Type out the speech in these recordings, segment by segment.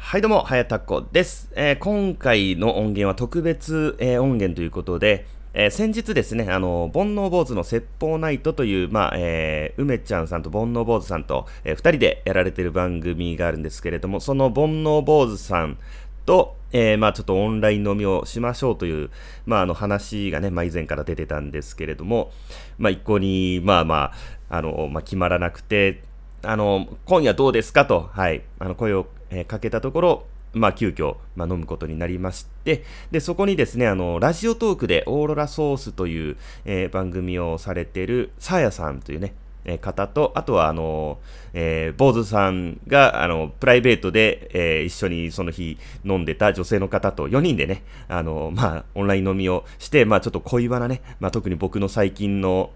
はいどうも、はやたこです。今回の音源は特別、音源ということで、先日ですね、煩悩坊主の説法ナイトという、梅ちゃんさんと煩悩坊主さんと、二人でやられている番組があるんですけれども、その煩悩坊主さんと、ちょっとオンライン飲みをしましょうという、話がね、以前から出てたんですけれども、一向に、決まらなくて、今夜どうですかと、声を、かけたところ、急遽、飲むことになりまして、で、そこにですね、ラジオトークでオーロラソースという、番組をされている、さやさんというね、方と、あとは、坊主さんが、プライベートで、一緒にその日飲んでた女性の方と4人でね、オンライン飲みをして、ちょっと恋バナね、特に僕の最近の、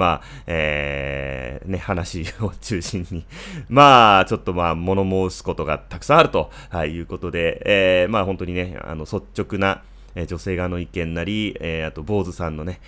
話を中心に、ちょっと物申すことがたくさんあると、いうことで、本当にね、率直な、女性側の意見なり、あと、坊主さんのね、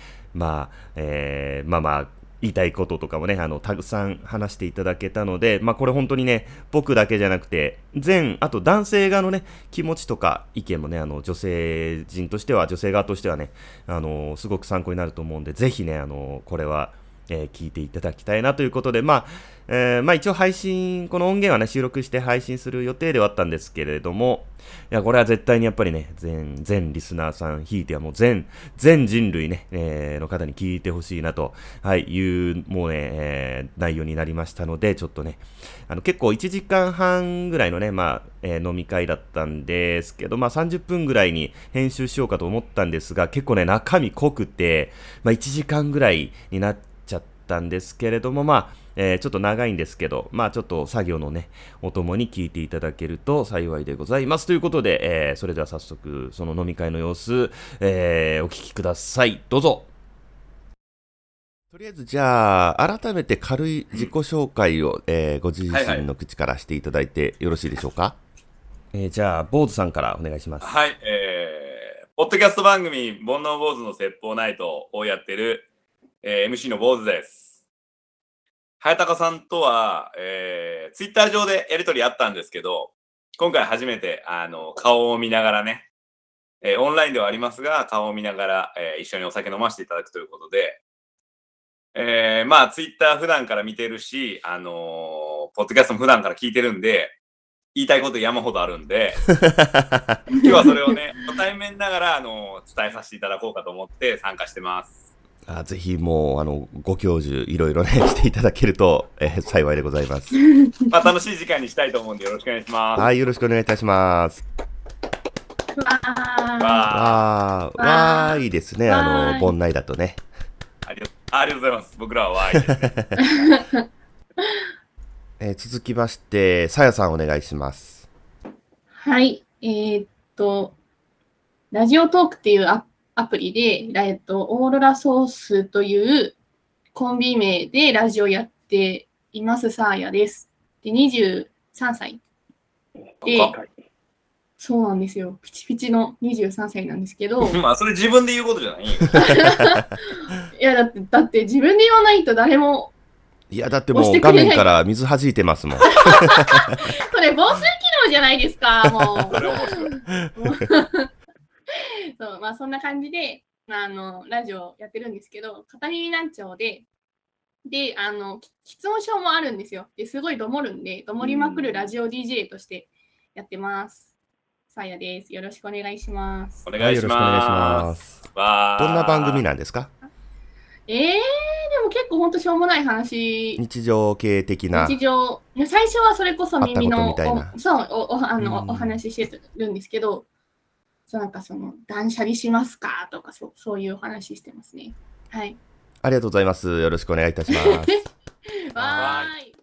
言いたいこととかもね、たくさん話していただけたので、これ本当にね、僕だけじゃなくて、あと男性側のね、気持ちとか意見もね、女性陣としては、女性側としてはね、すごく参考になると思うんで、ぜひね、これは、聞いていただきたいなということで、一応配信、この音源はね、収録して配信する予定ではあったんですけれども、いや、これは絶対にやっぱりね、全リスナーさん、ひいてはもう全人類ね、の方に聞いてほしいなと、いう、もうね、内容になりましたので、ちょっとね、結構1時間半ぐらいのね、飲み会だったんですけど、30分ぐらいに編集しようかと思ったんですが、結構ね、中身濃くて、1時間ぐらいになっちゃったんですけれども、ちょっと長いんですけど、ちょっと作業のね、お供に聞いていただけると幸いでございます。ということで、それでは早速、その飲み会の様子、お聞きください。どうぞ。とりあえず、じゃあ、改めて軽い自己紹介を、ご自身の口からしていただいてよろしいでしょうか。じゃあ、坊主さんからお願いします。 はい、ポッドキャスト番組、煩悩坊主の説法ナイトをやってる、MC の坊主です。はやたかさんとは、ツイッター上でやりとりあったんですけど、今回初めて顔を見ながらね、オンラインではありますが、顔を見ながら、一緒にお酒飲ませていただくということで、ツイッター普段から見てるし、ポッドキャストも普段から聞いてるんで、言いたいこと山ほどあるんで、今日はそれをね、ご対面ながら伝えさせていただこうかと思って参加してます。 ぜひもうご教授いろいろねしていただけると、幸いでございます。 楽しい時間にしたいと思うんでよろしくお願いします。 はい、よろしくお願いいたします。いいですね、盆内だとね。 ありがとうございます。僕らはわーいですね。続きまして、さやさんお願いします。 はい、ラジオトークっていうアプリで、オーロラソースというコンビ名でラジオやっています、サーヤです。で、23歳。で、そうなんですよ。ピチピチの23歳なんですけど。 それ自分で言うことじゃないよ。 いや、だって自分で言わないと誰も。 いや、だってもう画面から水弾いてますもん。 それ防水機能じゃないですか、もう。 それ面白い。 そう、そんな感じで、ラジオやってるんですけど、片耳難聴で、喫音症もあるんですよ。ですごいどもるんで、どもりまくるラジオ DJ としてやってます。さやです。よろしくお願いします。 お願いします。 どんな番組なんですか？ でも結構ほんとしょうもない話。 日常系的な。 最初はそれこそ耳のお話ししてるんですけど、断捨離しますかとかそういうお話してますね。はい。 ありがとうございます。よろしくお願いいたします。 わーい。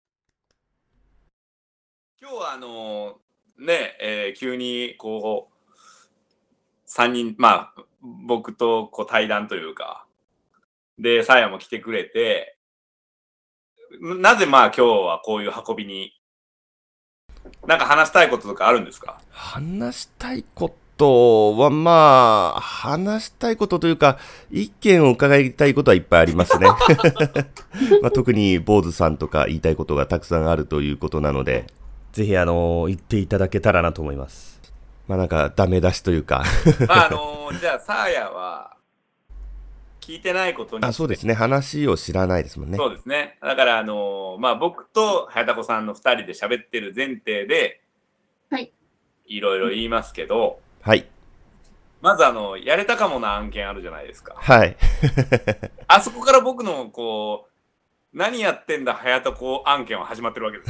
今日は急にこう3人僕と対談というかでさやも来てくれて、なぜ今日はこういう運びになんか話したいこととかあるんですか？ 話したいことは話したいことというか意見を伺いたいことはいっぱいありますね。特に坊主さんとか言いたいことがたくさんあるということなので、 ぜひ言っていただけたらなと思います。まあなんかダメ出しというかまあじゃあサーヤは聞いてないことにそうですね、話を知らないですもんね。 そうですね。だからまあ僕と早田子さんの2人で喋ってる前提で、 はい。 いろいろ言いますけど、 はい。 まずやれたかもな案件あるじゃないですか。 はい。 あそこから僕の何やってんだ早田子案件は始まってるわけ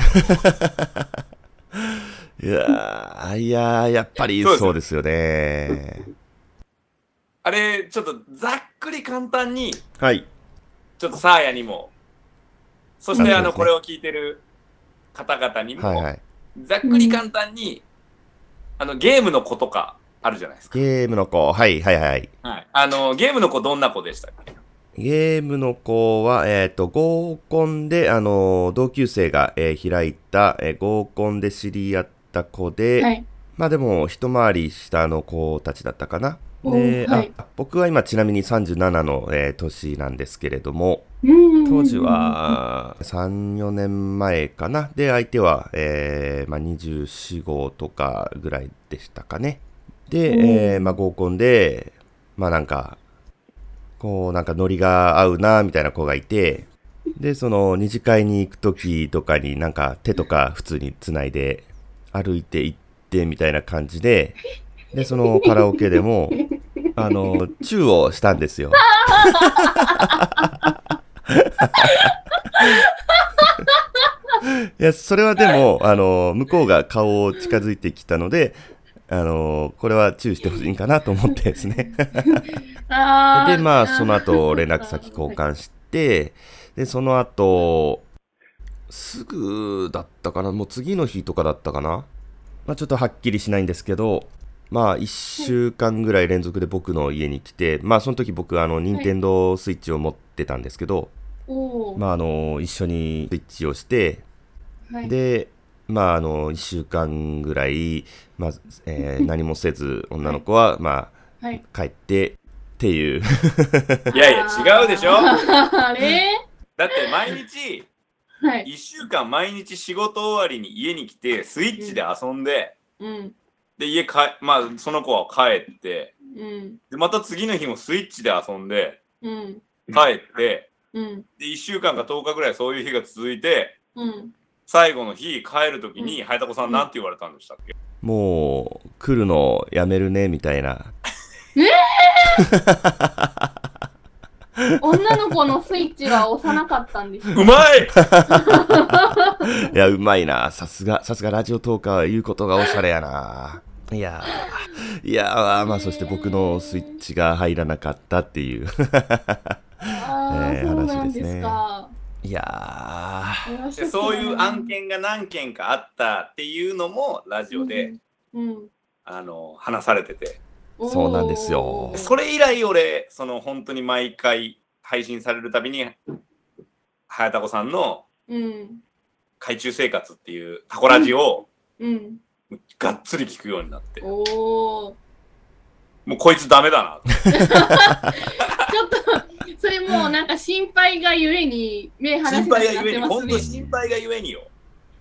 ですよ。 いやー、やっぱりそうですよね。 あれ、ちょっとざっくり簡単に、 はい。 ちょっとサーヤにも、そしてそうですねこれを聞いてる方々にも、 はいはい。 ざっくり簡単に、ゲームの子とかあるじゃないですか。 ゲームの子、はいはいはい。 はい。ゲームの子どんな子でしたっけ？ ゲームの子は、合コンで、同級生が、開いた、合コンで知り合った子で、 はい。 まあでも、一回り下の子たちだったかな。 おで、 ーはい。 僕は今ちなみに37の、年なんですけれども、 当当時は3、4年前かな。で、相手は、まあ、24、5とかぐらいでしたかね。で、まあ、合コンで、まあなんか、こうなんかノリが合うなみたいな子がいて、でその二次会に行く時とかになんか手とか普通につないで歩いて行ってみたいな感じで、でそのカラオケでもチューをしたんですよ。いやそれはでも向こうが顔を近づいてきたのでこれはチューしてほしいんかなと思ってですね。でまあその後連絡先交換して、でその後すぐだったかな、もう次の日とかだったかな、まあ、ちょっとはっきりしないんですけど、まあ1週間ぐらい連続で僕の家に来て、まあその時僕任天堂スイッチを持ってたんですけど、まあ一緒にスイッチをして、でまあ1週間ぐらい、まあ何もせず女の子はまあ帰ってっていういやいや違うでしょ。 あれだって毎日はい。 1週間毎日仕事終わりに家に来てスイッチで遊んで、でまあその子は帰って、でまた次の日もスイッチで遊んで、帰って、で1週間か10日ぐらいそういう日が続いて、最後の日帰るときに早田子さんなんて言われたんでしたっけ？ もう来るのやめるねみたいな。 女の子のスイッチは押さなかったんですうまいいやうまいな、さすがラジオトーカーは言うことがおしゃれやな。いやまあそして僕のスイッチが入らなかったっていう話ですね。いやそういう案件が何件かあったっていうのもラジオで、話されてて、 そうなんですよ。 それ以来俺本当に毎回配信されるたびに早田子さんの海中生活っていうタコラジをがっつり聞くようになって、もうこいつダメだなちょっとそれもうなんか心配がゆえに目離せなくなってますね。 本当心配がゆえによ。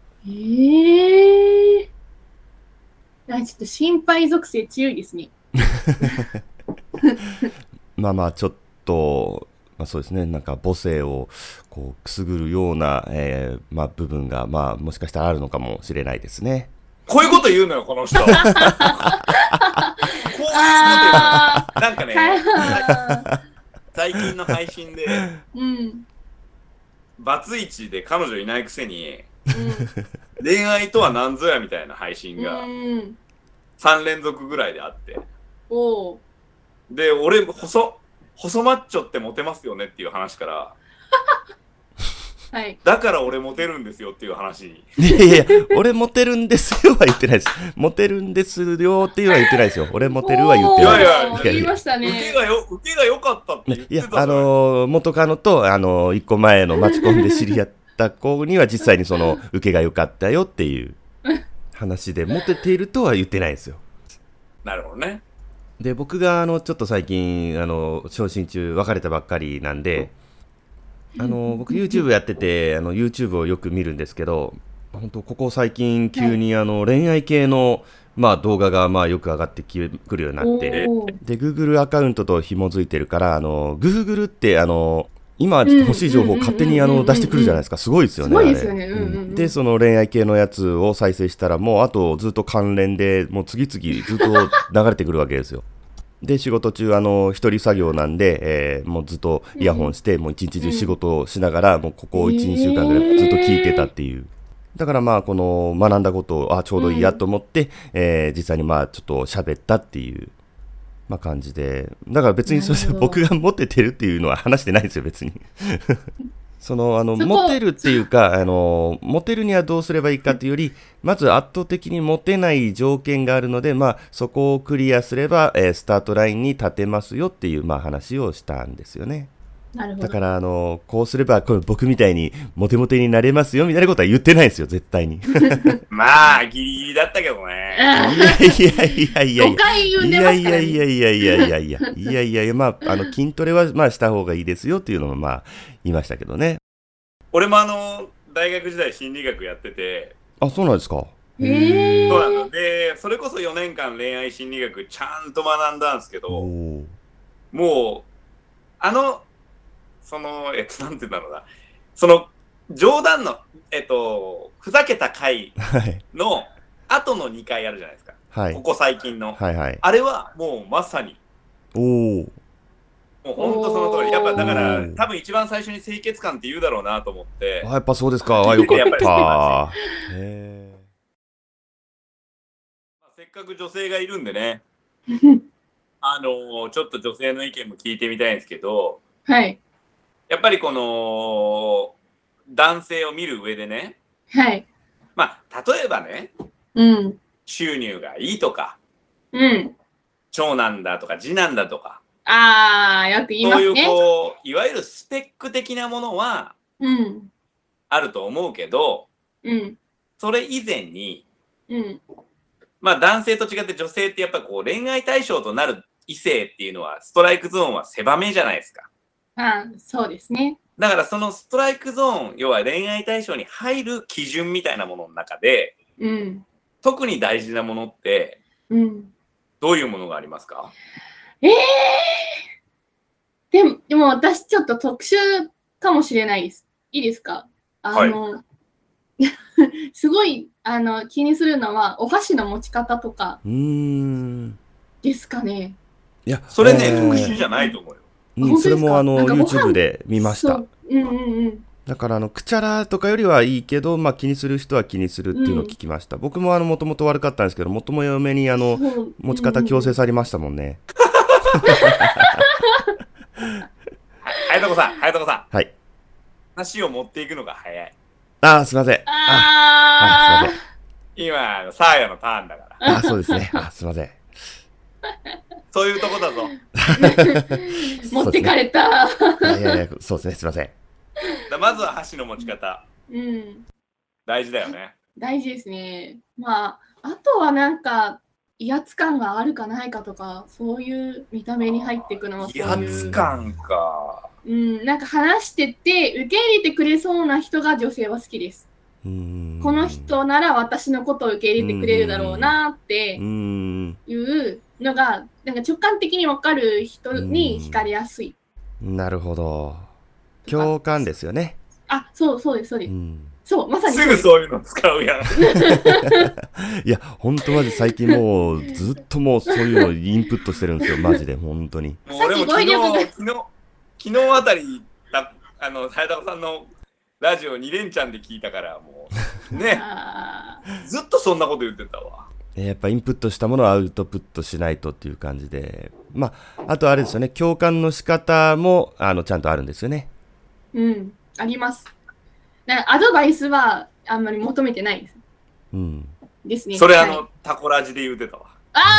ちょっと心配属性強いですね。 まあまあちょっと、まあ、そうですね、なんか母性をこうくすぐるような、まあ、部分が、まあ、もしかしたらあるのかもしれないですね。 こういうこと言うのよこの人。こういうこと言うの。なんかね最近の配信で、バツイチで彼女いないくせに、恋愛とは何ぞやみたいな配信が3連続ぐらいであって、で俺細マッチョってモテますよねっていう話からだから俺モテるんですよっていう話に。 いや俺モテるんですよは言ってないです。モテるんですよっていうのは言ってないですよ。俺モテるは言ってない。 いや言いましたね。 受けが良かったって言ってたじゃないですか。 元カノと1個前のマチコンで知り合った子には実際にその受けが良かったよっていう話で、モテているとは言ってないですよ。 なるほどね。 で僕がちょっと最近昇進中別れたばっかりなんで、僕 YouTube やっててYouTube をよく見るんですけど、 本当ここ最近急に恋愛系の、動画がよく上がってくるようになってで Google アカウントと紐づいてるからGoogle って今欲しい情報を勝手に出してくるじゃないですか。すごいですよね。 すごいですよね。 でその恋愛系のやつを再生したらもうあとずっと関連でもう次々ずっと流れてくるわけですよ。で仕事中一人作業なんで、もうずっとイヤホンして、もう一日中仕事をしながら、もうここ 1,2 週間ぐらいずっと聞いてたっていう。だからこの学んだことをちょうどいいやと思って、実際にちょっと喋ったっていう感じで、だから別にそれ僕がモテてるっていうのは話してないですよ別にモテるっていうかモテるにはどうすればいいかというより、まず圧倒的にモテない条件があるので、そこをクリアすれば、スタートラインに立てますよっていう、話をしたんですよね。 なるほど。 だからこうすれば僕みたいにモテモテになれますよみたいなことは言ってないですよ絶対にギリギリだったけどね。 いや誤解生んでますからね。 いや筋トレはした方がいいですよっていうのも言いましたけどね。 俺も大学時代心理学やってて。 あ、そうなんですか。 へー。 そうなので、それこそ4年間恋愛心理学ちゃんと学んだんですけど、もうなんて言うんだろうな、その冗談のふざけた回の後の2回あるじゃないですか、はい、ここ最近の、あれはもうまさにもう本当その通り。やっぱだから多分一番最初に清潔感って言うだろうなと思って。 やっぱそうですか。よかったせっかく女性がいるんでねちょっと女性の意見も聞いてみたいんですけど、 はい、 やっぱりこの男性を見る上でね、 はい、 例えばね、収入がいいとか、長男だとか次男だとか、 よく言いますね。 そういういわゆるスペック的なものはあると思うけど、それ以前に、男性と違って女性ってやっぱ恋愛対象となる異性っていうのはストライクゾーンは狭めじゃないですか。 そうですね。 だからそのストライクゾーン、要は恋愛対象に入る基準みたいなものの中で、特に大事なものって、どういうものがありますか？ でも私ちょっと特殊かもしれないです。いいですか？すごい気にするのはお箸の持ち方とかですかね。 いやそれね、特殊じゃないと思うよ。 それもYouTube で見ました。だからクチャラとかよりはいいけど、気にする人は気にするっていうのを聞きました。僕ももともと悪かったんですけど、元も嫁に持ち方強制されましたもんね。 はやとこさん、 はい。 話を持っていくのが早い。 すいません。すいません。 今サーヤのターンだから。 そうですね。すいません。 そういうとこだぞ。 持ってかれた。 いや、そうですね。すいません。 まずは箸の持ち方。大事だよね。 大事ですね。あとはなんか威圧感があるかないかとか、そういう見た目に入っていくのもそういう。 威圧感か。 なんか話してて受け入れてくれそうな人が女性は好きです。この人なら私のことを受け入れてくれるだろうなっていうのがなんか直感的に分かる人に惹かれやすい。 なるほど。共感ですよね。 そうです。そうまさにすぐそういうの使うやん。 いや本当マジ最近もうずっともうそういうのインプットしてるんですよマジで本当に。 俺も昨日あたり早田さんのラジオ2連チャンで聞いたからもうねずっとそんなこと言ってたわ。 やっぱインプットしたものをアウトプットしないとっていう感じで、あとあれですよね、共感の仕方もちゃんとあるんですよね。 あります。アドバイスはあんまり求めてないです。ですね。 それタコラジで言うてたわ。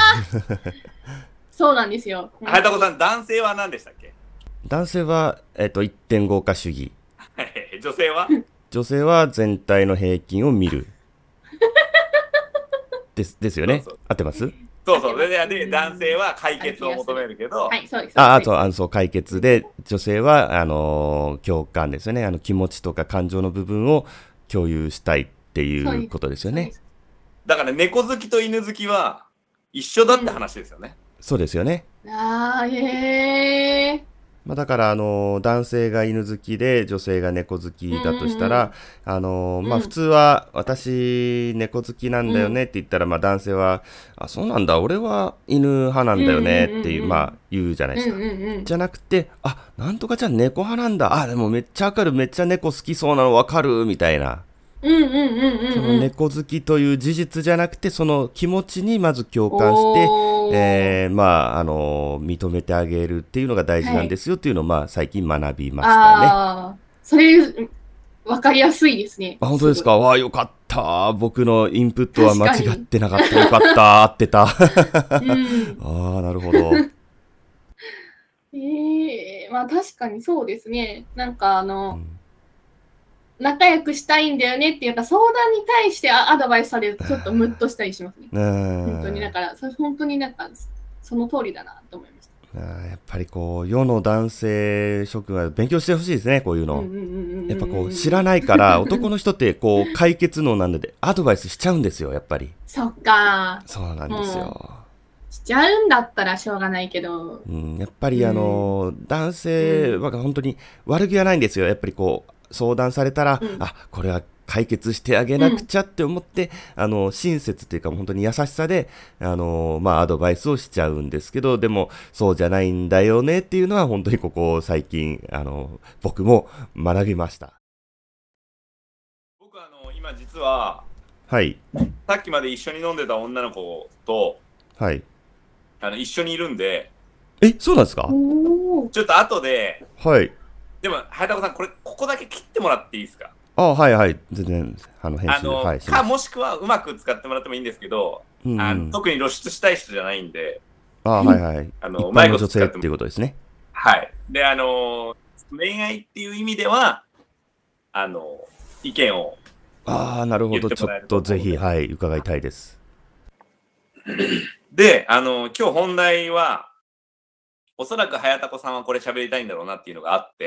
そうなんですよ。 早田さん、男性は何でしたっけ？ 男性は1.5 化主義。 女性は全体の平均を見る。ですよね。合ってます？ そうで男性は解決を求めるけど、 そう解決で女性は共感ですよね。気持ちとか感情の部分を共有したいっっていうことですよね。 だから猫好きと犬好きは一緒だって話ですよね。 そうですよね。 へえ。 まあ、だから男性が犬好きで女性が猫好きだとしたら、まあ、普通は私猫好きなんだよねって言ったら、まあ、男性はそうなんだ俺は犬派なんだよねっていう、まあ言うじゃないですか。じゃなくてなんとかちゃん猫派なんだ、でもめっちゃわかる、めっちゃ猫好きそうなのわかるみたいな、その猫好きという事実じゃなくてその気持ちにまず共感して、まあ認めてあげるっていうのが大事なんですよっていうのを、まあ最近学びましたね。 それ分かりやすいですね。 本当ですか。よかった。僕のインプットは間違ってなかった。よかった。合ってた。なるほど。 まあ確かにそうですね。なんか仲良くしたいんだよねっていうか、相談に対してアドバイスされるとちょっとムッとしたりしますね。本当にだから本当になんかその通りだなと思いました。 やっぱりこう世の男性諸君は勉強してほしいですね、こういうの。やっぱこう知らないから男の人ってこう解決能なのでアドバイスしちゃうんですよ、やっぱり。 そっか。 そうなんですよ。 しちゃうんだったらしょうがないけど。 やっぱり男性は本当に悪気はないんですよ。やっぱりこう相談されたら、これは解決してあげなくちゃって思って、親切というか本当に優しさでまあアドバイスをしちゃうんですけど、でもそうじゃないんだよねっていうのは本当にここ最近僕も学びました。 僕今実ははい、 さっきまで一緒に飲んでた女の子と、 はい、 一緒にいるんで。 そうなんですか。 ちょっと後で、 はい。 でも早田さんここだけ切ってもらっていいですか。 はいはい、全然編集かもしくはうまく使ってもらってもいいんですけど、特に露出したい人じゃないんで、 はいはい、一般の女性っていうことですね。 はい。で恋愛っていう意味では意見をなるほど、ちょっとぜひ伺いたいです。 で今日本題はおそらく早田子さんはこれ喋りたいんだろうなっていうのがあって、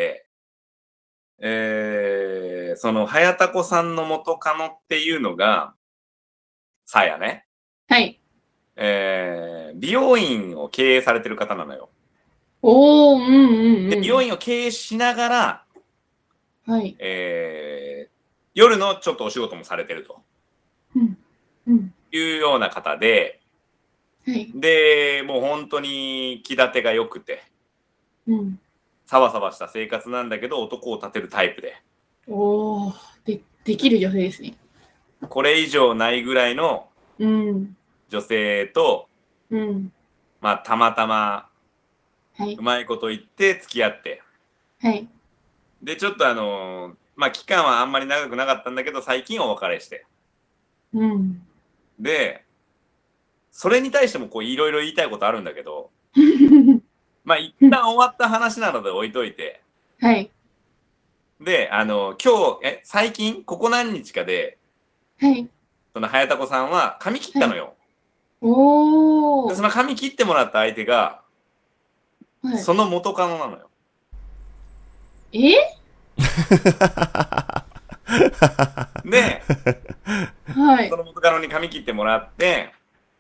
その早田子さんの元カノっていうのがさやね。 はい。 美容院を経営されてる方なのよ。 で美容院を経営しながら、 はい。 夜のちょっとお仕事もされてると、いうような方で、 はい、 でもう本当に気立てが良くて、サバサバした生活なんだけど男を立てるタイプで、 できる女性ですね。 これ以上ないぐらいの女性と、まあたまたまうまいこと言って付き合って、でちょっとまあ期間はあんまり長くなかったんだけど最近お別れして、でそれに対してもこういろいろ言いたいことあるんだけどまあ一旦終わった話なので置いといて、で今日最近ここ何日かで、その早田子さんは髪切ったのよ。でその髪切ってもらった相手が、その元カノなのよ。で、その元カノに髪切ってもらって、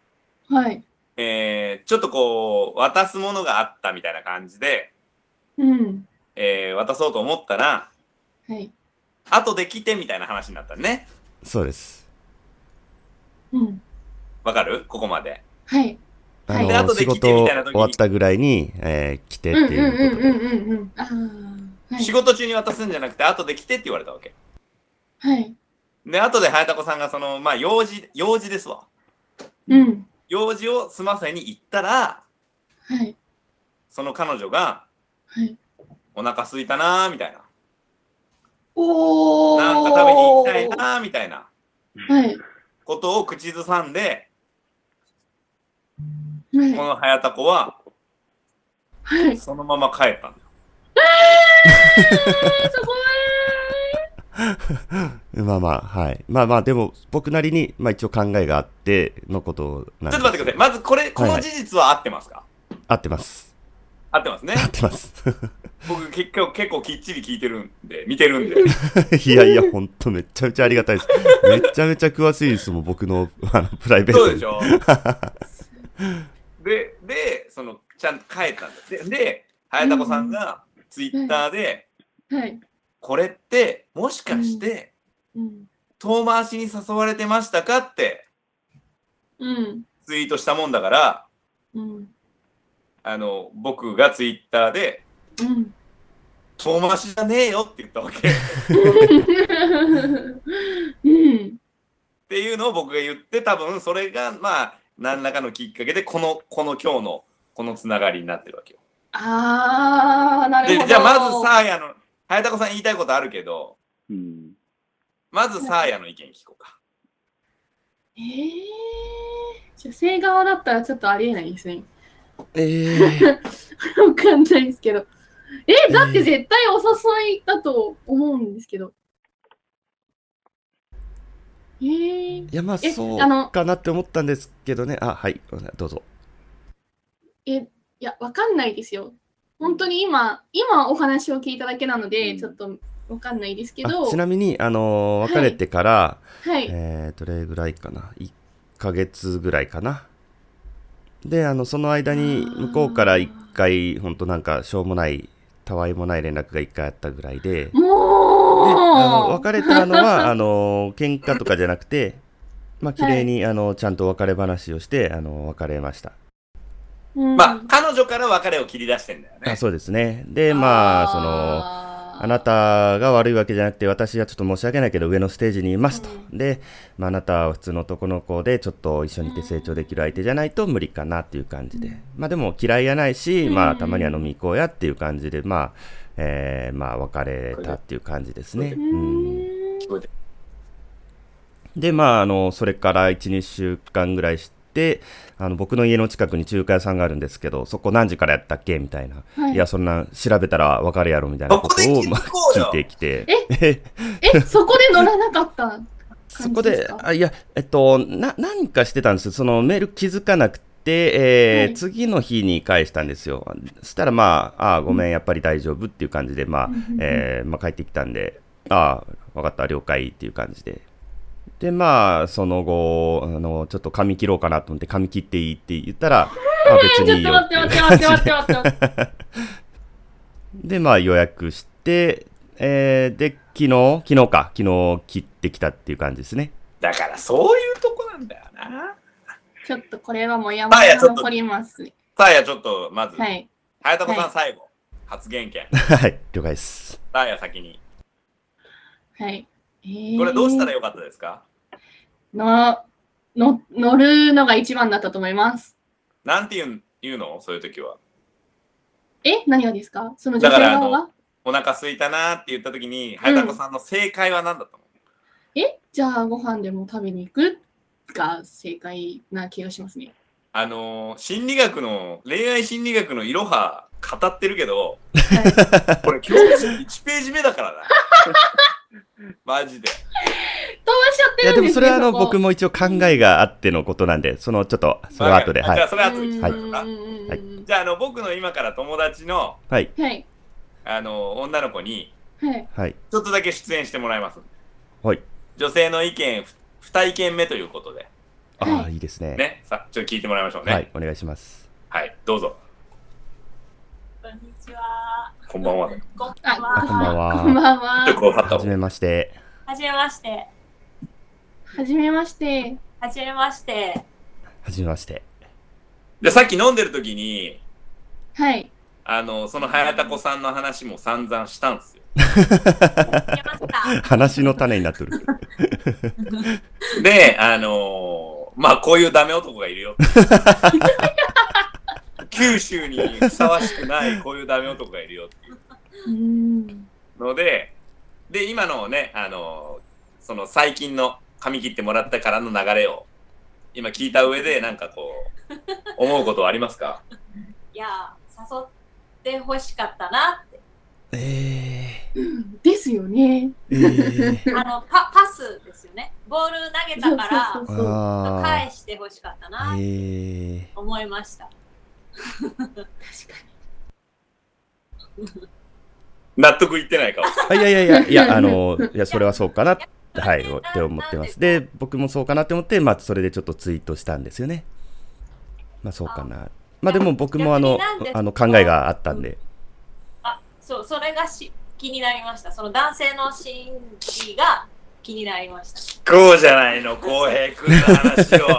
ちょっとこう渡すものがあったみたいな感じで、渡そうと思ったら、後で来てみたいな話になったね。 そうです。 わかる？ここまで。 で後で来てみたいな時に仕事終わったぐらいに、来てっていうことで、 仕事中に渡すんじゃなくて後で来てって言われたわけ。で後で早田子さんがそのまあ用事ですわ。用事を済ませに行ったら、その彼女が、お腹空いたなーみたいな、なんか食べに行きたいなーみたいなことを口ずさんで、この早田子は、そのまま帰ったんだよ。 そこまあでも僕なりに、まあ、一応考えがあってのことなんです。 ちょっと待ってください。まずこの事実は合ってますか？ 合ってます。 合ってますね。 合ってます。 僕結構きっちり聞いてるんで、見てるんで。 いやいや、ほんとめちゃめちゃありがたいです。めちゃめちゃ詳しいですもん、僕のプライベートに。 そうでしょで、ちゃんと書いたんです。で、早田子さんがツイッターで、 はい。 これってもしかしてうん。 遠回しに誘われてましたかってうん。 ツイートしたもんだから、 うん。 僕がツイッターでうん。 遠回しじゃねえよって言ったわけ。っうん。 ていうのを僕が言って、多分それがまあ何らかのきっかけでこの今日のこのつながりになってるわけよ。 あー、なるほど。 で、じゃあまずサーヤの、早田子さん言いたいことあるけど、まずサーヤの意見聞こうか。 女性側だったらちょっとありえないですね。わかんないですけど。だって絶対お誘いだと思うんですけど。 いや、まあ、そうかなって思ったんですけどね。あ、はい、どうぞ。 いや、わかんないですよ。本当に今お話を聞いただけなので、ちょっとわかんないですけど。 ちなみに、別れてから、 はい。 どれぐらいかな。1ヶ月ぐらいかな。で、その間に、向こうから1回、ほんとなんか、しょうもない、たわいもない連絡が1回あったぐらいで、 もう別れたのは、喧嘩とかじゃなくて、まあ、綺麗に、ちゃんと別れ話をして、別れました。 まあ、彼女から別れを切り出してんだよね。 そうですね。で、まあ、あなたが悪いわけじゃなくて、私はちょっと申し訳ないけど、上のステージにいますと。で、まあ、あなたは普通の男の子で、ちょっと一緒にいて成長できる相手じゃないと無理かなっていう感じで。まあ、でも嫌いやないし、まあ、たまには飲み行こうやっていう感じで、まあ、まあ、別れたっていう感じですね。で、まあ、それから1、2週間ぐらいして、僕の家の近くに中華屋さんがあるんですけど、そこ何時からやったっけみたいな。いや、そんな調べたら分かるやろみたいなことを聞いてきて。 そこで乗らなかったそこで、いや、何かしてたんですよ。そのメール気づかなくて、次の日に返したんですよ。そしたら、まあ、ごめん、やっぱり大丈夫っていう感じで、まあ、帰ってきたんで、分かった、了解っていう感じで。で、まあ、その後、ちょっと髪切ろうかなと思って、髪切っていいって言ったら、別にいいよっていう感じで。で、まあ、予約して、で、昨日切ってきたっていう感じですね。 だから、そういうとこなんだよな。 ちょっとこれはもう山が残りますね。 さあや、ちょっと、まず、 はい。 早田子さん最後、発言権。 はい、了解です。 さあや、先に。 はい。 これどうしたらよかったですか？ 乗るのが一番だったと思います。 なんて言うのそういう時は。 何がですか？その女性側がお腹空いたなって言った時に、早田子さんの正解は何だったの？ じゃあご飯でも食べに行くが正解な気がしますね。 心理学の、恋愛心理学のいろは語ってるけど、これ教科書1ページ目だからな。マジで。 飛ばしちゃってるんですね。いや、 でもそれは僕も一応考えがあってのことなんで、ちょっと、それは後で。 じゃあ、それは後で聞きましょうか。 はい。 じゃあ、僕の今から友達の、 はい。 女の子に、 はい。 ちょっとだけ出演してもらいます。 はい。 女性の意見、2意見目ということで。 ああ、いいですね。 ね、さあ、ちょっと聞いてもらいましょうね。 はい、お願いします。 はい、どうぞ。 こんにちは。 こんばんは。 こんばんは。 こんばんは。 はじめまして。 はじめまして。 はじめまして。 はじめまして。 はじめまして。 で、さっき飲んでる時に、 はい。 その早田子さんの話も散々したんですよ。 話の種になってる。 で、まあ、こういうダメ男がいるよ。九州にふさわしくないこういうダメ男がいるよっていうので、今のね、その最近の髪切ってもらったからの流れを今聞いた上で、なんかこう、思うことはありますか？ いや、誘ってほしかったなって。 ですよね。 パスですよね。ボール投げたから返してほしかったなって思いました。 確かに。 納得いってない顔。 いや、いや、それはそうかな、はい、って思ってます。で、僕もそうかなって思って、まあ、それでちょっとツイートしたんですよね。まあ、そうかな。まあ、でも僕も考えがあったんで。 そう、それが気になりました。その男性の心理が気になりました。 こうじゃないの、浩平君の話を。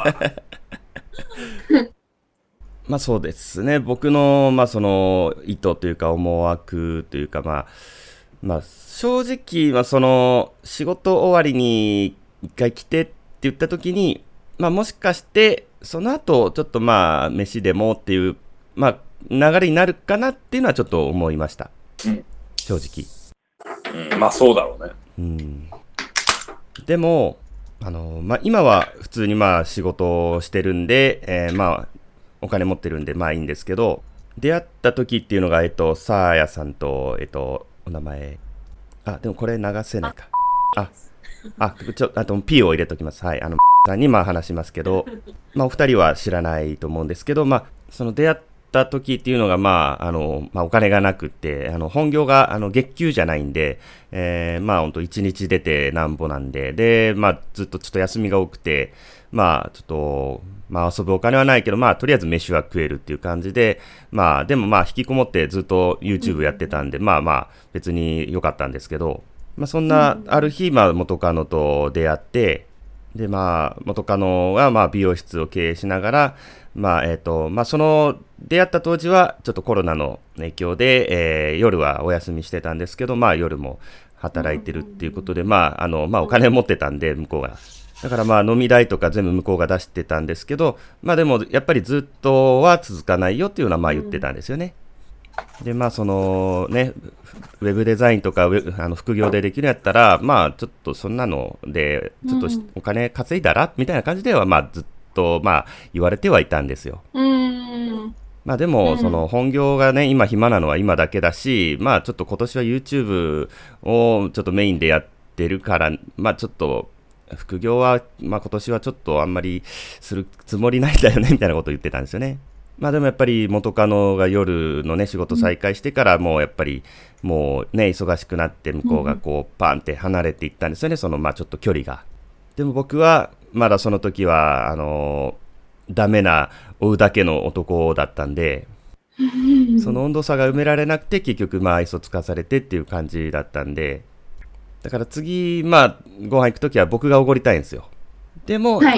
まあそうですね。僕の、まあその意図というか思惑というか、まあ正直、まあその仕事終わりに一回来てって言った時に、まあもしかしてその後ちょっとまあ飯でもっていう、まあ流れになるかなっていうのはちょっと思いました。正直。 まあそうだろうね。でも、まあ今は普通にまあ仕事をしてるんで、まあお金持ってるんでまあいいんですけど、出会った時っていうのがサーヤさんとお名前、でもこれ流せないか。あと P を入れときます。はい、さんにまあ話しますけど、まあお二人は知らないと思うんですけど、まあその出会った時っていうのがまあまあお金がなくって本業が月給じゃないんで、まあ本当一日出てなんぼなんで、まあずっとちょっと休みが多くて、まあちょっとまあ遊ぶお金はないけど、まあとりあえず飯は食えるっていう感じで、まあでもまあ引きこもってずっと YouTube やってたんで、まあ別に良かったんですけど、まあそんなある日、まあ元カノと出会って、でまあ元カノがまあ美容室を経営しながら、まあまあその出会った当時はちょっとコロナの影響で、夜はお休みしてたんですけど、まあ夜も働いてるっていうことで、まあまあお金持ってたんで向こうが。だからまあ飲み代とか全部向こうが出してたんですけど、まあでもやっぱりずっとは続かないよっていうのはまあ言ってたんですよね。でまあそのね、ウェブデザインとか副業でできるやったら、まあちょっとそんなのでちょっとお金稼いだらみたいな感じではまあずっとまあ言われてはいたんですよ。まあでもその本業がね今暇なのは今だけだし、まあちょっと今年は YouTube をちょっとメインでやってるから、まあちょっと副業は、まあ、今年はちょっとあんまりするつもりないんだよねみたいなことを言ってたんですよね。まあでもやっぱり元カノが夜のね仕事再開してからもうやっぱりもうね忙しくなって向こうがこうパンって離れていったんですよね、そのまあちょっと距離が。でも僕はまだその時はダメな追うだけの男だったんで、その温度差が埋められなくて結局まあ愛想つかされてっていう感じだったんで、だから次、まあ、ご飯行くときは僕がおごりたいんですよ。でも、はい、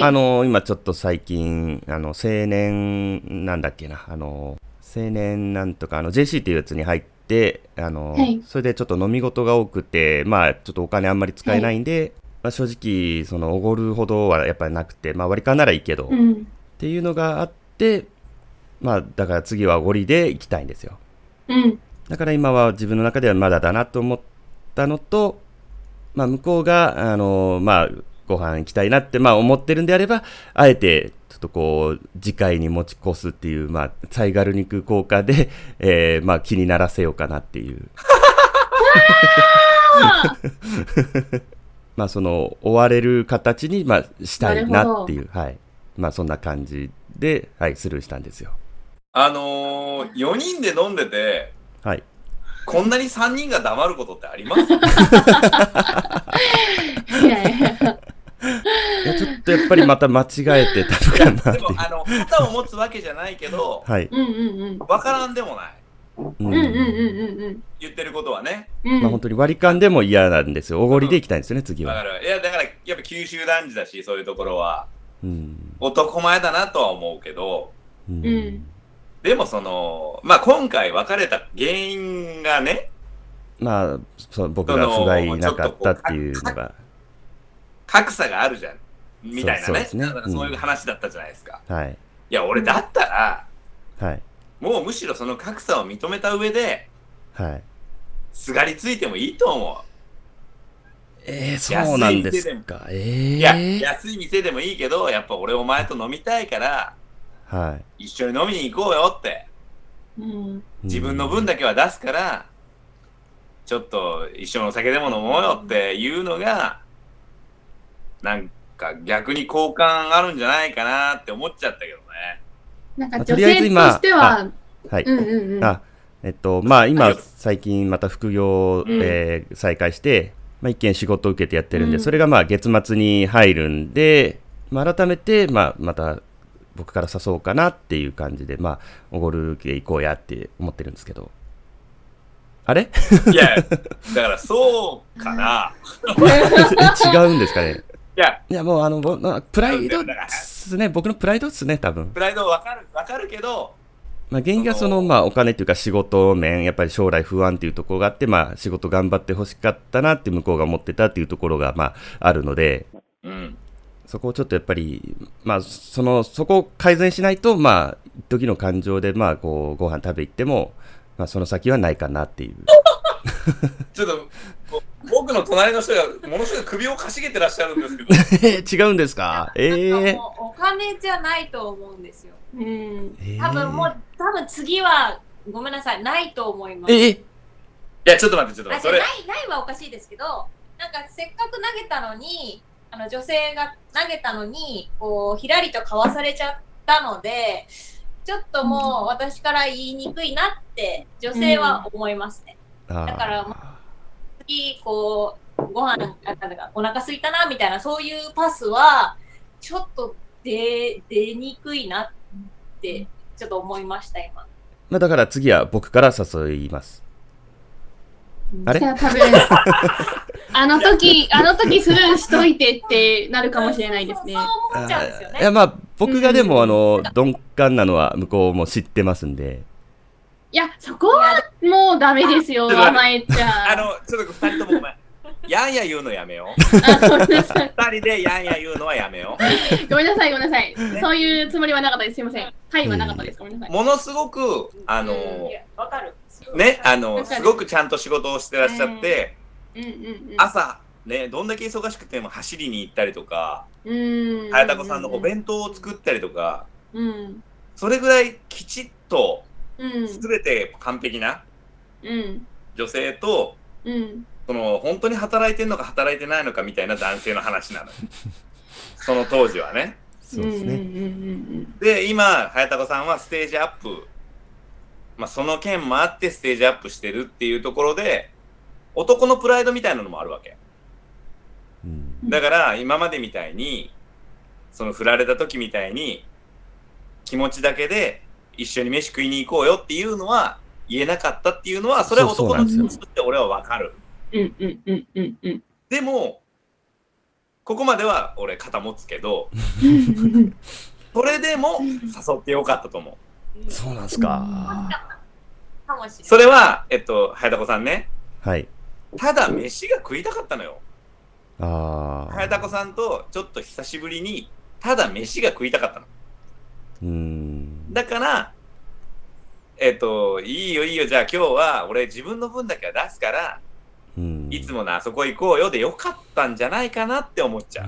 今ちょっと最近、青年、なんだっけな、青年なんとか、JC っていうやつに入って、はい、それでちょっと飲み事が多くて、まあ、ちょっとお金あんまり使えないんで、はい、まあ、正直、おごるほどはやっぱりなくて、まあ、割り勘ならいいけど、っていうのがあって、まあ、だから次はおごりで行きたいんですよ。だから今は自分の中ではまだだなと思ったのと、まあ、向こうが、まあ、ご飯行きたいなって、まあ、思ってるんであれば、あえて、ちょっとこう、次回に持ち越すっていう、まあ、サイガル肉効果で、まあ、気にならせようかなっていう。まあ、追われる形に、まあ、したいなっていう、はい。まあ、そんな感じで、はい、スルーしたんですよ。 4人で飲んでて、 はい。 こんなに3人が黙ることってあります？ いやちょっとやっぱりまた間違えてたのかなって。でも肩を持つわけじゃないけど、 はい、 わからんでもない。言ってることはね。 まあ本当に割り勘でも嫌なんですよ。おごりで行きたいんですよね、次は。 だからやっぱ九州男児だし、そういうところは、男前だなとは思うけど、でもまあ今回別れた原因がね、 まあ僕が不甲斐なかったっていうのが格差があるじゃんみたいなね、そういう話だったじゃないですか。 はい。 いや俺だったら、 はい。 もうむしろその格差を認めた上で、 はい。 すがりついてもいいと思う。そうなんですか。 いや安い店でもいいけど、やっぱ俺お前と飲みたいから。 はい、 一緒に飲みに行こうよって、自分の分だけは出すからちょっと一緒にお酒でも飲もうよっていうのがなんか逆に好感あるんじゃないかなって思っちゃったけどね。 なんか女性としては、 はい、 まあ今はい最近また副業を、再開して、まあ、一件仕事を受けてやってるんで、それがまあ月末に入るんで、まあ、改めて、まあ、また僕から誘おうかなっていう感じで、まあ、おごるで行こうやって思ってるんですけど。あれいや、だからそうかな。 違うんですかね。 いや、 いやもうプライドですね。僕のプライドですね、多分。 プライドわかるけど、 まあ、原因がまあ、お金っていうか仕事面、やっぱり将来不安っていうところがあって、まあ、仕事頑張ってほしかったなって向こうが思ってたっていうところが、まあ、あるので、そこをちょっとやっぱり、まあ、そこを改善しないと、まあ、一時の感情で、まあ、こう、ご飯食べ行っても、まあ、その先はないかなっていう。 ちょっと、僕の隣の人がものすごい首をかしげてらっしゃるんですけど。 違うんですか？ もうお金じゃないと思うんですよ。多分次は、ごめんなさい、ないと思います。 いや、ちょっと待って、 ないはおかしいですけど、なんかせっかく投げたのに、女性が投げたのに、こう、ひらりとかわされちゃったので、ちょっともう私から言いにくいなって女性は思いますね。だから次こうご飯お腹空いたなみたいなそういうパスはちょっと出にくいなってちょっと思いました今。 まあだから次は僕から誘います。あれ？ 多分あの時スルーしといてってなるかもしれないですね。 そう思っちゃうんですよね。 いやまあ僕がでも鈍感なのは向こうも知ってますんで。 いやそこはもうダメですよ甘えちゃちょっと二人ともごめん。やんや言うのやめよう。 ごめんなさい。 二人でやんや言うのはやめよう。ごめんなさい。そういうつもりはなかったです。すいません。はいはなかったです。ごめんなさい。 ものすごくわかる。 ねすごくちゃんと仕事をしてらっしゃって、朝ねどんだけ忙しくても走りに行ったりとか、早田子さんのお弁当を作ったりとか、それぐらいきちっと全て完璧な女性と、本当に働いてるのか働いてないのかみたいな男性の話なのよ。その当時はね。 そうですね。 で今早田子さんはステージアップ、まあ、その件もあってステージアップしてるっていうところで男のプライドみたいなのもあるわけ。だから今までみたいにその振られた時みたいに気持ちだけで一緒に飯食いに行こうよっていうのは言えなかったっていうのはそれは男の気持ちとして俺は分かる。でもここまでは俺肩持つけどそれでも誘ってよかったと思う。 そうなんすか。 それは早田子さんね、 はい、 ただ飯が食いたかったのよ。 早田子さんとちょっと久しぶりにただ飯が食いたかったの。だからいいよじゃあ今日は俺自分の分だけは出すから、いつものあそこ行こうよでよかったんじゃないかなって思っちゃう。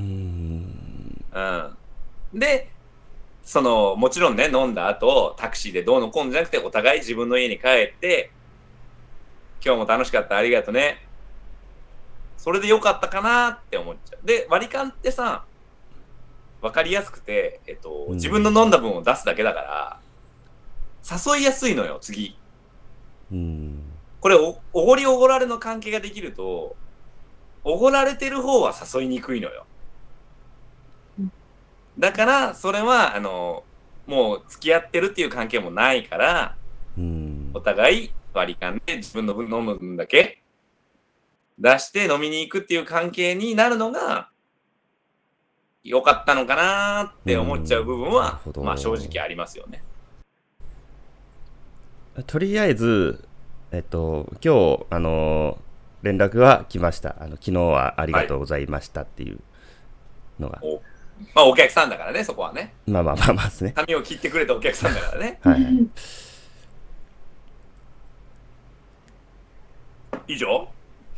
でもちろんね飲んだ後タクシーでどうのこうのじゃなくてお互い自分の家に帰って今日も楽しかったありがとね、それでよかったかなって思っちゃう。で割り勘ってさ分かりやすくて、自分の飲んだ分を出すだけだから誘いやすいのよ次。これおごりおごられの関係ができるとおごられてる方は誘いにくいのよ。だからそれはもう付き合ってるっていう関係もないから、お互い割り勘で自分の分飲む分だけ出して飲みに行くっていう関係になるのが良かったのかなって思っちゃう部分はまあ正直ありますよね。 とりあえず今日連絡は来ました。昨日はありがとうございましたっていうのが、 まあお客さんだからねそこはね。 まあですね。 髪を切ってくれたお客さんだからね。以上。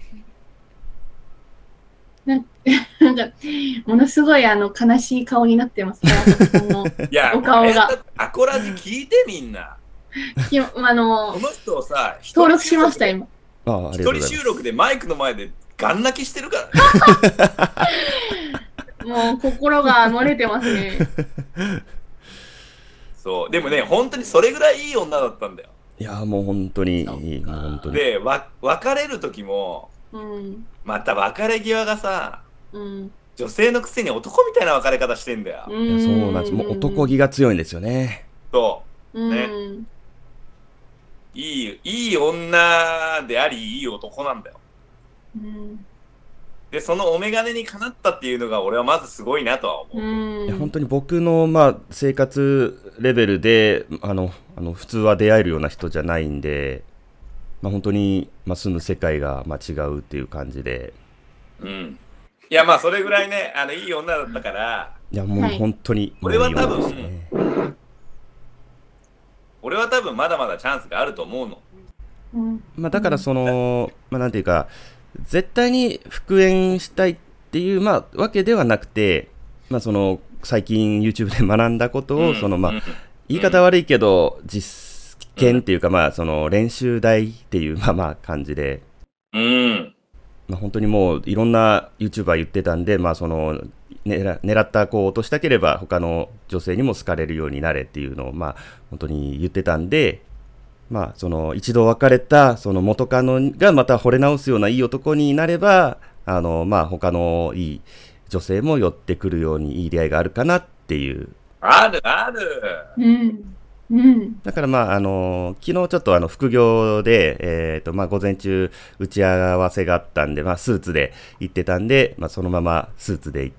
なんかものすごい悲しい顔になってますね。 いやお顔が。アコラジ聞いてみんな。この人をさ登録しました今。 一人収録でマイクの前でガン泣きしてるからね。もう心が漏れてますね。 そうでもね本当にそれぐらいいい女だったんだよ。 いやもう本当にそうかもう本当にで、別れる時も、 うん。 また別れ際がさ、 うん。 女性のくせに男みたいな別れ方してんだよ。 いやそうなんです。もう男気が強いんですよね。 そうねうん。 いい女であり、いい男なんだよ。 うん。 で、そのお眼鏡にかなったっていうのが俺はまずすごいなとは思う。 うん。 いや本当に僕の生活レベルで普通は出会えるような人じゃないんで、本当に、住む世界が違うっていう感じで、 うん。いや、まあそれぐらいね、いい女だったから、 いやもうはい本当にもういい俺は多分女ですね。 俺は多分まだまだチャンスがあると思うの。 うん。 だからその、なんていうか、絶対に復縁したいっていう、わけではなくて、その最近 YouTube で学んだことを、言い方悪いけど、実験っていうか、その練習台っていう、感じで、 うん。 本当にもういろんな YouTuber 言ってたんで、その狙った子を落としたければ他の女性にも好かれるようになれっていうのを本当に言ってたんで、その一度別れたその元カノがまた惚れ直すようないい男になれば他のいい女性も寄ってくるようにいい出会いがあるかなっていう。 あるある。 うん。うん。 だから昨日ちょっと副業で、午前中打ち合わせがあったんで、スーツで行ってたんで、そのままスーツで行って、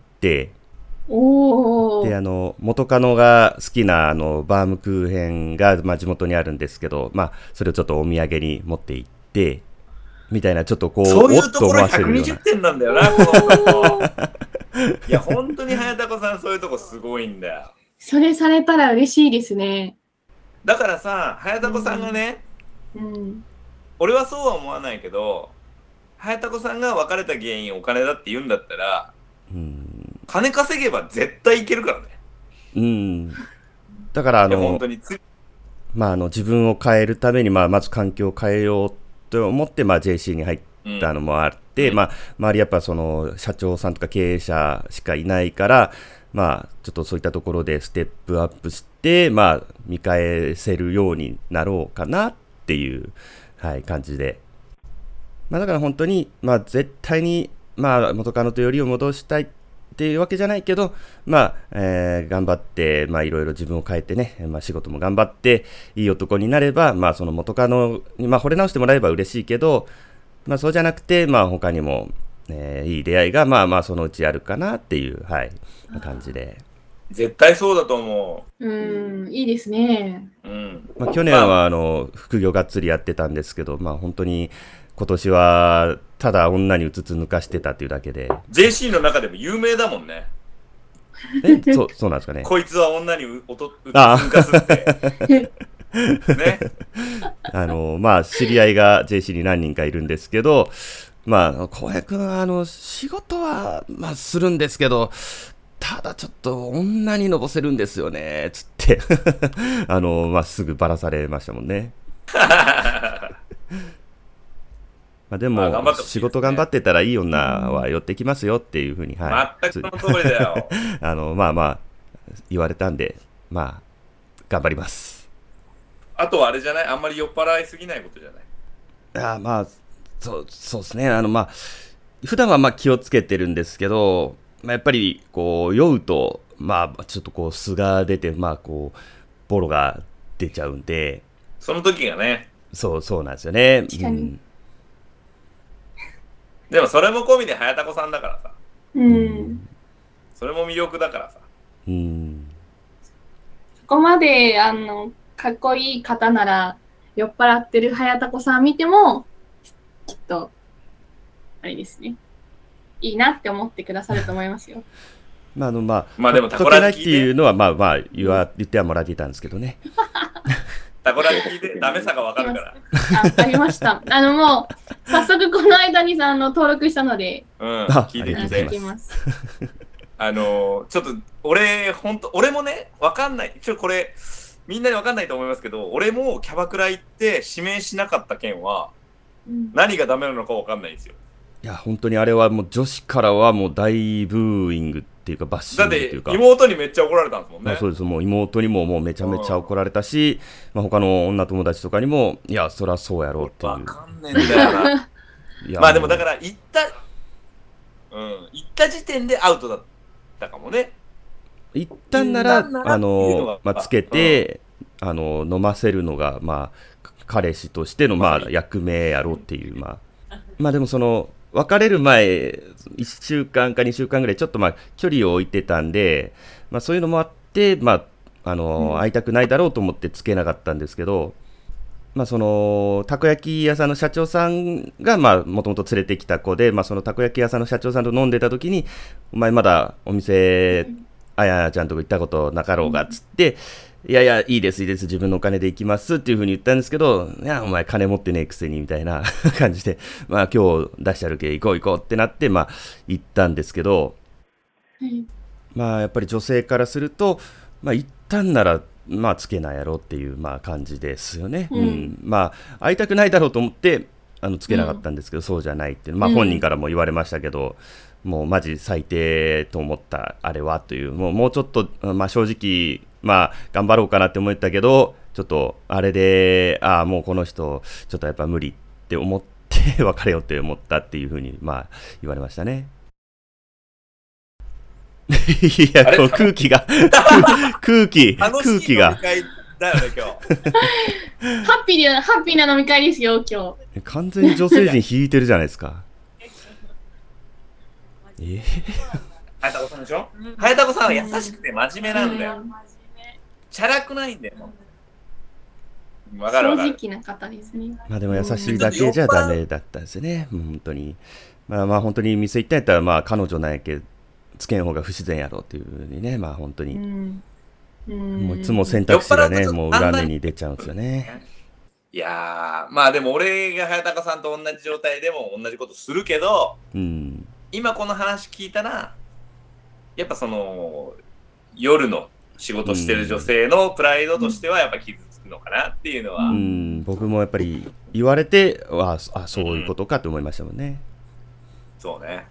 おー。 で、元カノが好きなバームクーヘンが、地元にあるんですけど、それをちょっとお土産に持って行って、みたいな、ちょっとこう、 そういうところおっと思わせるような。 120点なんだよな、この男。いや、本当に早田子さんそういうとこすごいんだよ。 それされたら嬉しいですね。 だからさ、早田子さんがね、 うん。 俺はそうは思わないけど、早田子さんが別れた原因お金だって言うんだったら、金稼げば絶対いけるからね。 だからいや本当に自分を変えるために、まず環境を変えようと思って、JC に入ったのもあって、周りやっぱその社長さんとか経営者しかいないから、ちょっとそういったところでステップアップして、見返せるようになろうかなっていう、感じで。だから本当に、絶対に、元カノとよりを戻したいっていうわけじゃないけど、頑張って、いろいろ自分を変えてね、仕事も頑張って、いい男になれば、その元カノに、惚れ直してもらえば嬉しいけど、そうじゃなくて、他にも、いい出会いが、そのうちあるかなっていう、感じで。 絶対そうだと思いいですね。 う。うん。 去年は、副業がっつりやってたんですけど、本当に、今年は、ただ女にうつつ抜かしてたっていうだけで。 JC の中でも有名だもんね。 そうなんですかね。 こいつは女にうつつ抜かすって。ね。 知り合いが JC に何人かいるんですけど、浩平君は仕事は、するんですけど、ただちょっと女にのぼせるんですよね、つってすぐばらされましたもんね。でも、 頑張ってほしいですね。 仕事頑張ってたらいい女は寄ってきますよっていうふうに、 全くその通りだよ。 言われたんで、頑張ります。 あとはあれじゃない？あんまり酔っ払いすぎないことじゃない？ そうですね。普段は気をつけてるんですけど、やっぱりこう酔うと、ちょっとこう素が出て、こうボロが出ちゃうんで。 その時がね。 そうなんですよね。 確かに。 でもそれも込みで早田子さんだからさ。それも魅力だからさ。 そこまでかっこいい方なら酔っ払ってる早田子さん見てもきっとあれですね。いいなって思ってくださると思いますよ。 でもタコラジっていうのは言ってはもらっていたんですけどね。 タコラジ聞いてダメさがわかるから。 わかりました。もう早速この間に登録したので、 聞いて聞きます。 ちょっと俺もねわかんない。これみんなにわかんないと思いますけど、俺もキャバクラ行って指名しなかった件は何がダメなのかわかんないんですよ。 いや本当にあれはもう女子からはもう大ブーイングっっていうかバッシだってングっていうか。 妹にめっちゃ怒られたんですもんね。 そうです。もう妹にももうめちゃめちゃ怒られたし、まあ、他の女友達とかにも、いや、そりゃそうやろっていう。 わかんねえんだよな。 いやまあでもだから行った時点でアウトだったかもね。 一旦なら、 一旦ならっていうのがまあ、つけて、飲ませるのが、まあ、彼氏としての、まあ、役目やろうっていう、まあでもその、別れる前、1週間か2週間ぐらい、ちょっとまあ、距離を置いてたんで、まあそういうのもあって、まあ、会いたくないだろうと思ってつけなかったんですけど、まあその、たこ焼き屋さんの社長さんが、まあ、もともと連れてきた子で、まあそのたこ焼き屋さんの社長さんと飲んでた時に、お前まだお店、あやちゃんとこ行ったことなかろうがっつって、いやいや、いいです、自分のお金で行きますっていうふうに言ったんですけど、いや、お前金持ってねえくせにみたいな感じで、まあ今日出してあるけ、行こうってなって、まあ行ったんですけど、まあやっぱり女性からすると、まあ一旦なら、まあつけないやろっていう、まあ感じですよね。まあ会いたくないだろうと思って、つけなかったんですけど、そうじゃないっていう、まあ本人からも言われましたけど、もうマジ最低と思ったあれはという、もうちょっと、まあ正直、まあ頑張ろうかなって思ったけど、ちょっとあれで、もうこの人、ちょっとやっぱ無理って思って別れようって思ったっていうふうに、まあ言われましたね。いや、こう空気が、空気が。 楽しい飲み会だよね、今日。 ハッピーな飲み会ですよ、今日。 完全に女性陣引いてるじゃないですか。 早田子さんでしょ？早田子さんは優しくて真面目なんだよ。チャラくないんだよ。わかるわかる。 正直な方ですね。 まあでも優しいだけじゃダメだったんですよね。本当に。まあ本当に店行ったんやったら、まあ彼女なんやけど、つけん方が不自然やろっていうふうにね、まあ本当に。もういつも選択肢がね、もう裏目に出ちゃうんですよね。 いやー、まあでも俺が早高さんと同じ状態でも同じことするけど、今この話聞いたら、やっぱその、夜の仕事してる女性のプライドとしてはやっぱ傷つくのかなっていうのは。 僕もやっぱり言われて、そういうことかと思いましたもんね。 そうね。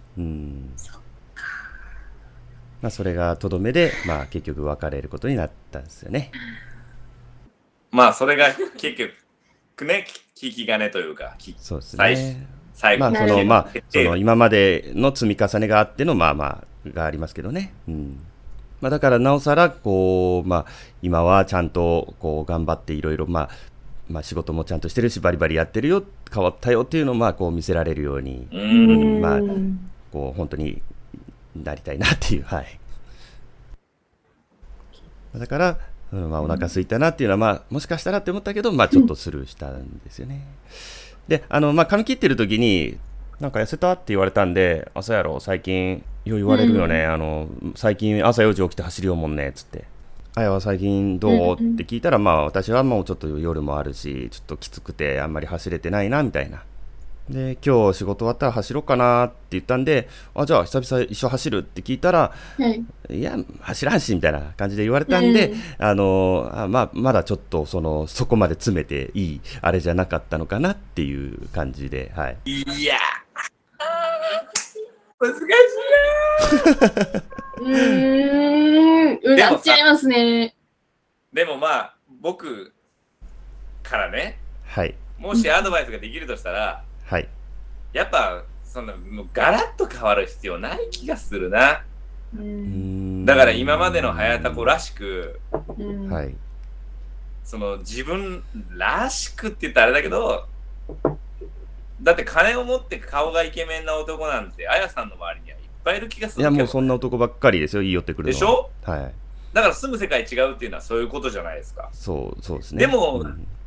まあそれがとどめで、まあ結局別れることになったんですよね。 まあそれが結局ね、聞き金というか、 そうですね。 最後まあその今までの積み重ねがあってのまあがありますけどね。まあだからなおさらこうまあ今はちゃんとこう頑張っていろいろまあ仕事もちゃんとしてるしバリバリやってるよ、変わったよっていうのをまあこう見せられるように、まあこう本当になりたいなっていう、はい。だから、まあお腹空いたなっていうのはまあもしかしたらって思ったけど、まあちょっとスルーしたんですよね。で、まあ髪切ってる時になんか痩せたって言われたんで、朝やろ最近よう言われるよね。最近朝4時起きて走りようもんねっつって。あやは最近どうって聞いたら、まあ私はもうちょっと夜もあるし、ちょっときつくてあんまり走れてないなみたいな。で、今日仕事終わったら走ろうかなって言ったんで、じゃあ久々一緒走るって聞いたら、いや、走らんしみたいな感じで言われたんで、まだちょっとそこまで詰めていいあれじゃなかったのかなっていう感じで、はい。 いや難しいうなっちゃいますね。 でもまあ僕からね、 はい、 もしアドバイスができるとしたら、 はい、 やっぱもうガラッと変わる必要ない気がするな。だから今までの早田子らしく、 はい、 自分らしくって言ったらあれだけど、だって金を持って顔がイケメンな男なんてあやさんの周りにはいっぱいいる気がするけど、 いやもうそんな男ばっかりですよ、言い寄ってくるのは。 でしょ？ はい。 だから住む世界違うっていうのはそういうことじゃないですか。 そうですね。 でも、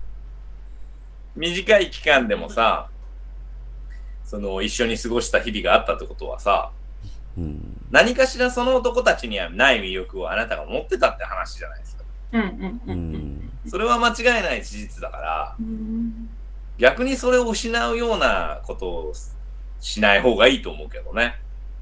短い期間でもさ、一緒に過ごした日々があったってことはさ、何かしらその男たちにはない魅力をあなたが持ってたって話じゃないですか。それは間違いない事実だから、逆にそれを失うようなことをしない方がいいと思うけどね。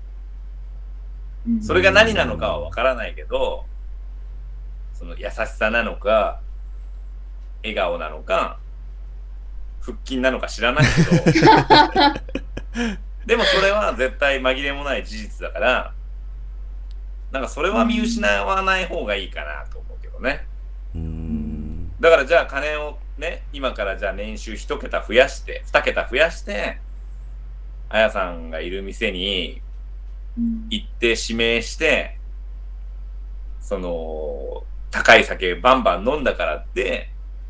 それが何なのかはわからないけど、優しさなのか、笑顔なのか、腹筋なのか知らないけど、でもそれは絶対紛れもない事実だから、 なんかそれは見失わない方がいいかなと思うけどね。 うんだからじゃあ金をね、今からじゃあ年収1桁増やして、2桁増やして、あやさんがいる店に行って指名して、その、高い酒バンバン飲んだからって、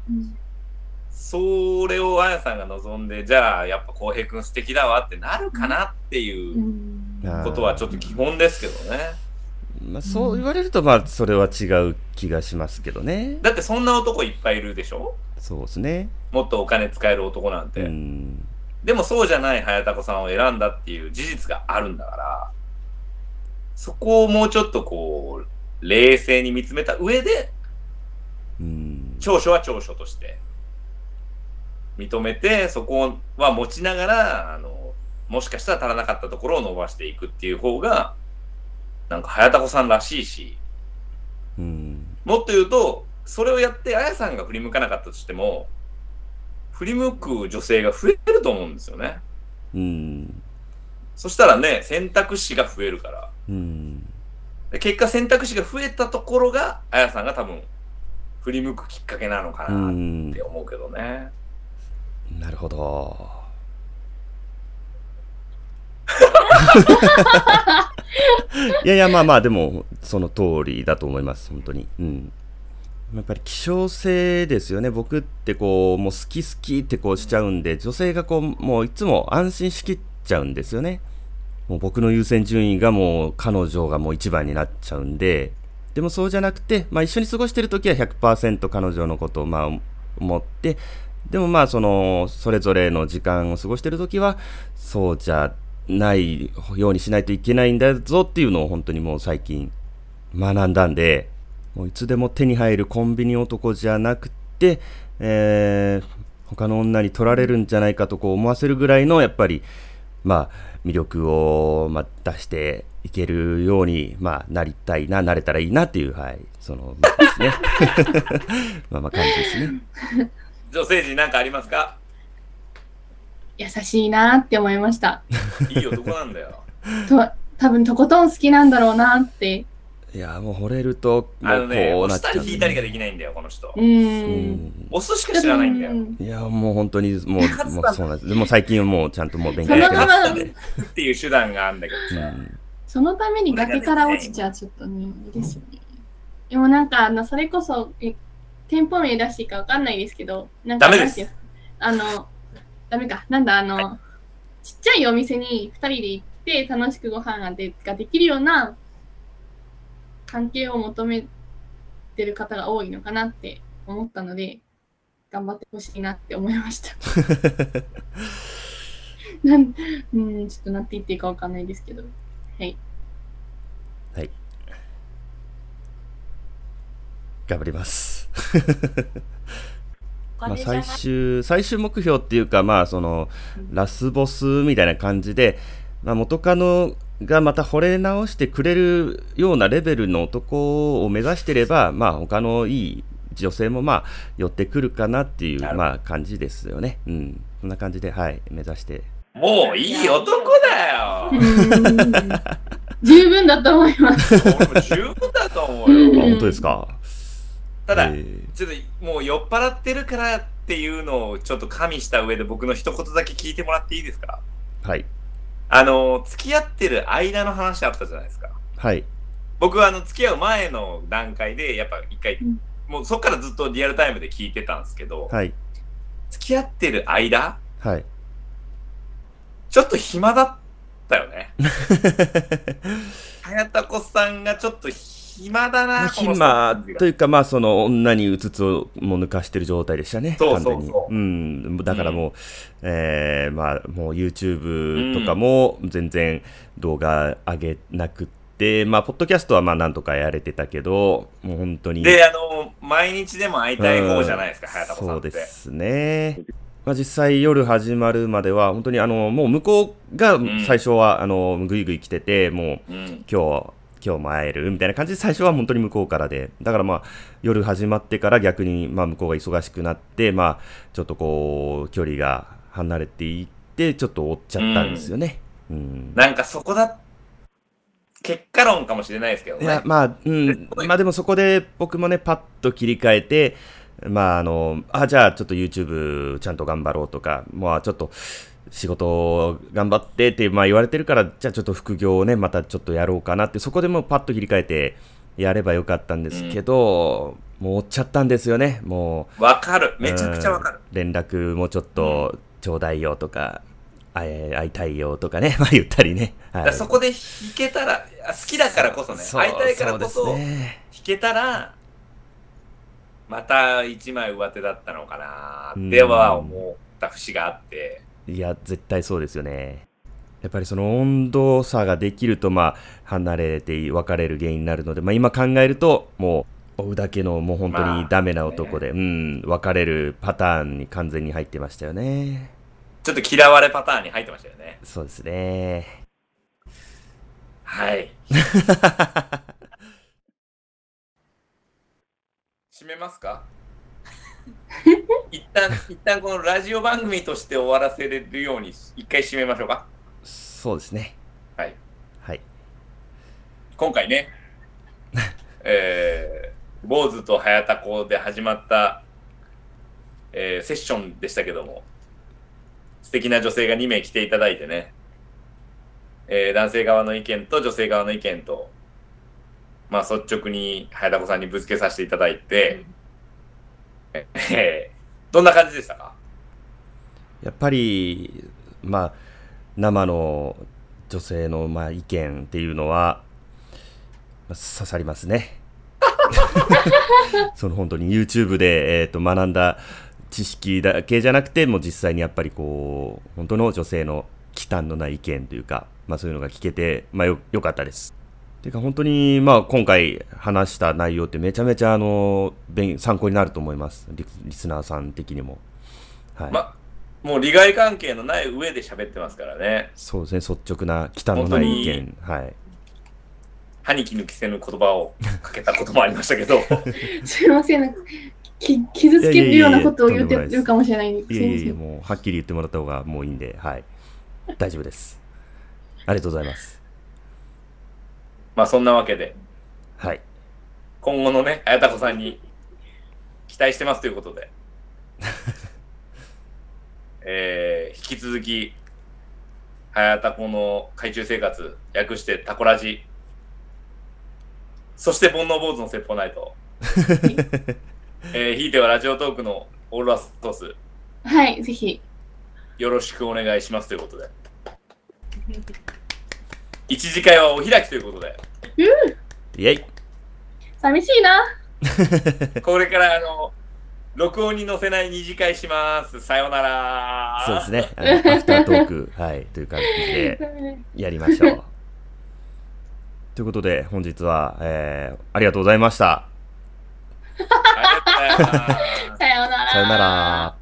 それをあやさんが望んで、じゃあやっぱ浩平くん素敵だわってなるかなっていうことはちょっと基本ですけどね。 まあ、そう言われると、まあ、それは違う気がしますけどね。 だってそんな男いっぱいいるでしょ。 そうですね。 もっとお金使える男なんて。でもそうじゃない早田子さんを選んだっていう事実があるんだから、そこをもうちょっとこう、冷静に見つめた上で、長所は長所として認めて、そこは持ちながら、もしかしたら足らなかったところを伸ばしていくっていう方が、なんか早田子さんらしいし、もっと言うと、それをやってあやさんが振り向かなかったとしても、振り向く女性が増えると思うんですよね。そしたらね、選択肢が増えるから。で結果選択肢が増えたところが、あやさんが多分、振り向くきっかけなのかなって思うけどね。 なるほど。いやいや、まあまあ、でも、その通りだと思います、本当に。やっぱり希少性ですよね。僕ってこう、もう好き好きってこうしちゃうんで、女性がこう、もういつも安心しきっちゃうんですよね。もう僕の優先順位がもう彼女がもう一番になっちゃうんで、でもそうじゃなくて、まあ一緒に過ごしてるときは 100% 彼女のことをまあ思って、でもまあそれぞれの時間を過ごしてるときは、そうじゃないようにしないといけないんだぞっていうのを本当にもう最近学んだんで、もういつでも手に入るコンビニ男じゃなくて、他の女に取られるんじゃないかとこう思わせるぐらいのやっぱりまあ魅力を出していけるようになりたいな、なれたらいいなっていうそのですねまあ感じですね。 女性陣なんかありますか？ 優しいなって思いました。 いい男なんだよ。 多分とことん好きなんだろうなって。 いやもう惚れるともうこうなっちゃう、 押したり引いたりができないんだよこの人。押すしか知らないんだよ。 いやもう本当にもうそうなんです。でも最近はもうちゃんともう勉強してますねっていう手段があるんだけどさ、 そのために崖から落ちちゃちょっとねいいですよね。でもなんかそれこそ店舗名出していいかわかんないですけど、なんかダメです。 ダメか。なんだちっちゃいお店に2人で行って楽しくご飯ができるような関係を求めてる方が多いのかなって思ったので、頑張ってほしいなって思いました。ちょっとなんて言っていいかわかんないですけど。はい。 はい。頑張ります。最終目標っていうか、ラスボスみたいな感じで、元カノがまた惚れ直してくれるようなレベルの男を目指してれば、他のいい女性も寄ってくるかなっていう感じですよね。そんな感じで目指して。 もういい男だよ。 十分だと思います。 十分だと思うよ。 本当ですか。 ただ、ちょっともう酔っ払ってるからっていうのをちょっと加味した上で僕の一言だけ聞いてもらっていいですか？ はい。 付き合ってる間の話あったじゃないですか。 はい。 僕は付き合う前の段階でやっぱ一回、もうそっからずっとリアルタイムで聞いてたんですけど、 はい。 付き合ってる間、 はい。 ちょっと暇だったよね。早田子さんがちょっと暇だな。 暇というかその女にうつつをも抜かしてる状態でしたね。 そう。 だからもう、もう YouTube とかも全然動画上げなくて、ポッドキャストはなんとかやれてたけど、もう本当に。 で、毎日でも会いたい方じゃないですか、早田子さんって。 そうですね。実際夜始まるまでは本当にもう向こうが最初はぐいぐい来てて、もう、今日も会えるみたいな感じで最初は本当に向こうからで、だから夜始まってから逆に向こうが忙しくなってちょっとこう距離が離れていってちょっと追っちゃったんですよね。 なんかそこだ結果論かもしれないですけどね。 いや、まあ、まあでもそこで僕もね、パッと切り替えて、まあじゃあちょっと YouTube ちゃんと頑張ろうとか、まあちょっと仕事頑張ってって、まあ言われてるから、じゃあちょっと副業をね、またちょっとやろうかなって、そこでもうパッと切り替えてやればよかったんですけど、もう追っちゃったんですよね、もう。 わかる。めちゃくちゃわかる。 連絡もちょっとちょうだいよとか、会いたいよとかね、まあ言ったりね。 だからそこで弾けたら、好きだからこそね、会いたいからこそ、 そう弾ですね。 けたら、また一枚上手だったのかなっては思った節があって。 いや、絶対そうですよね。やっぱりその温度差ができると、まあ、離れて別れる原因になるので、まあ今考えると、もう、追うだけのもう本当にダメな男で、別れるパターンに完全に入ってましたよね。 ちょっと嫌われパターンに入ってましたよね。 そうですね。 はい。締めますか？一旦このラジオ番組として終わらせれるように一回締めましょうか。 そうですね。 はい。 はい。 今回ね、坊主と早田子で始まった、セッションでしたけども、素敵な女性が2名来ていただいてね、男性側の意見と女性側の意見と、まあ率直に早田子さんにぶつけさせていただいて、どんな感じでしたか？ やっぱり、まあ、生の女性のまあ意見っていうのは、刺さりますね。その本当に YouTube で、学んだ知識だけじゃなくて、もう実際にやっぱりこう、本当の女性の忌憚のない意見というか、まあそういうのが聞けて、まあよかったです。ていうか本当に、まあ今回話した内容ってめちゃめちゃ参考になると思います。リスナーさん的にも。はい。 もう利害関係のない上で喋ってますからね。 そうですね、率直な忌憚のない意見。はい。 歯に衣着せぬ言葉をかけたこともありましたけど。 すいません。傷つけるようなことを言ってるかもしれないんで。 いやもうはっきり言ってもらった方がもういいんで、はい。大丈夫です。ありがとうございます。 まあそんなわけで、 はい。 今後のね、綾田子さんに期待してますということで、引き続き、早田子の海中生活、略してタコラジ、そして煩悩坊主の説法ナイト、ひいてはラジオトークのオールラストス、 はい、ぜひ。 よろしくお願いしますということで、一次会はお開きということで、 イェイ。 寂しいな。 これから録音に載せない二次会します。さようなら。 そうですね。アフタートーク、はい、という感じでやりましょう。ということで、本日は、ありがとうございました。 ありがとうございます。 さようなら。 さようなら。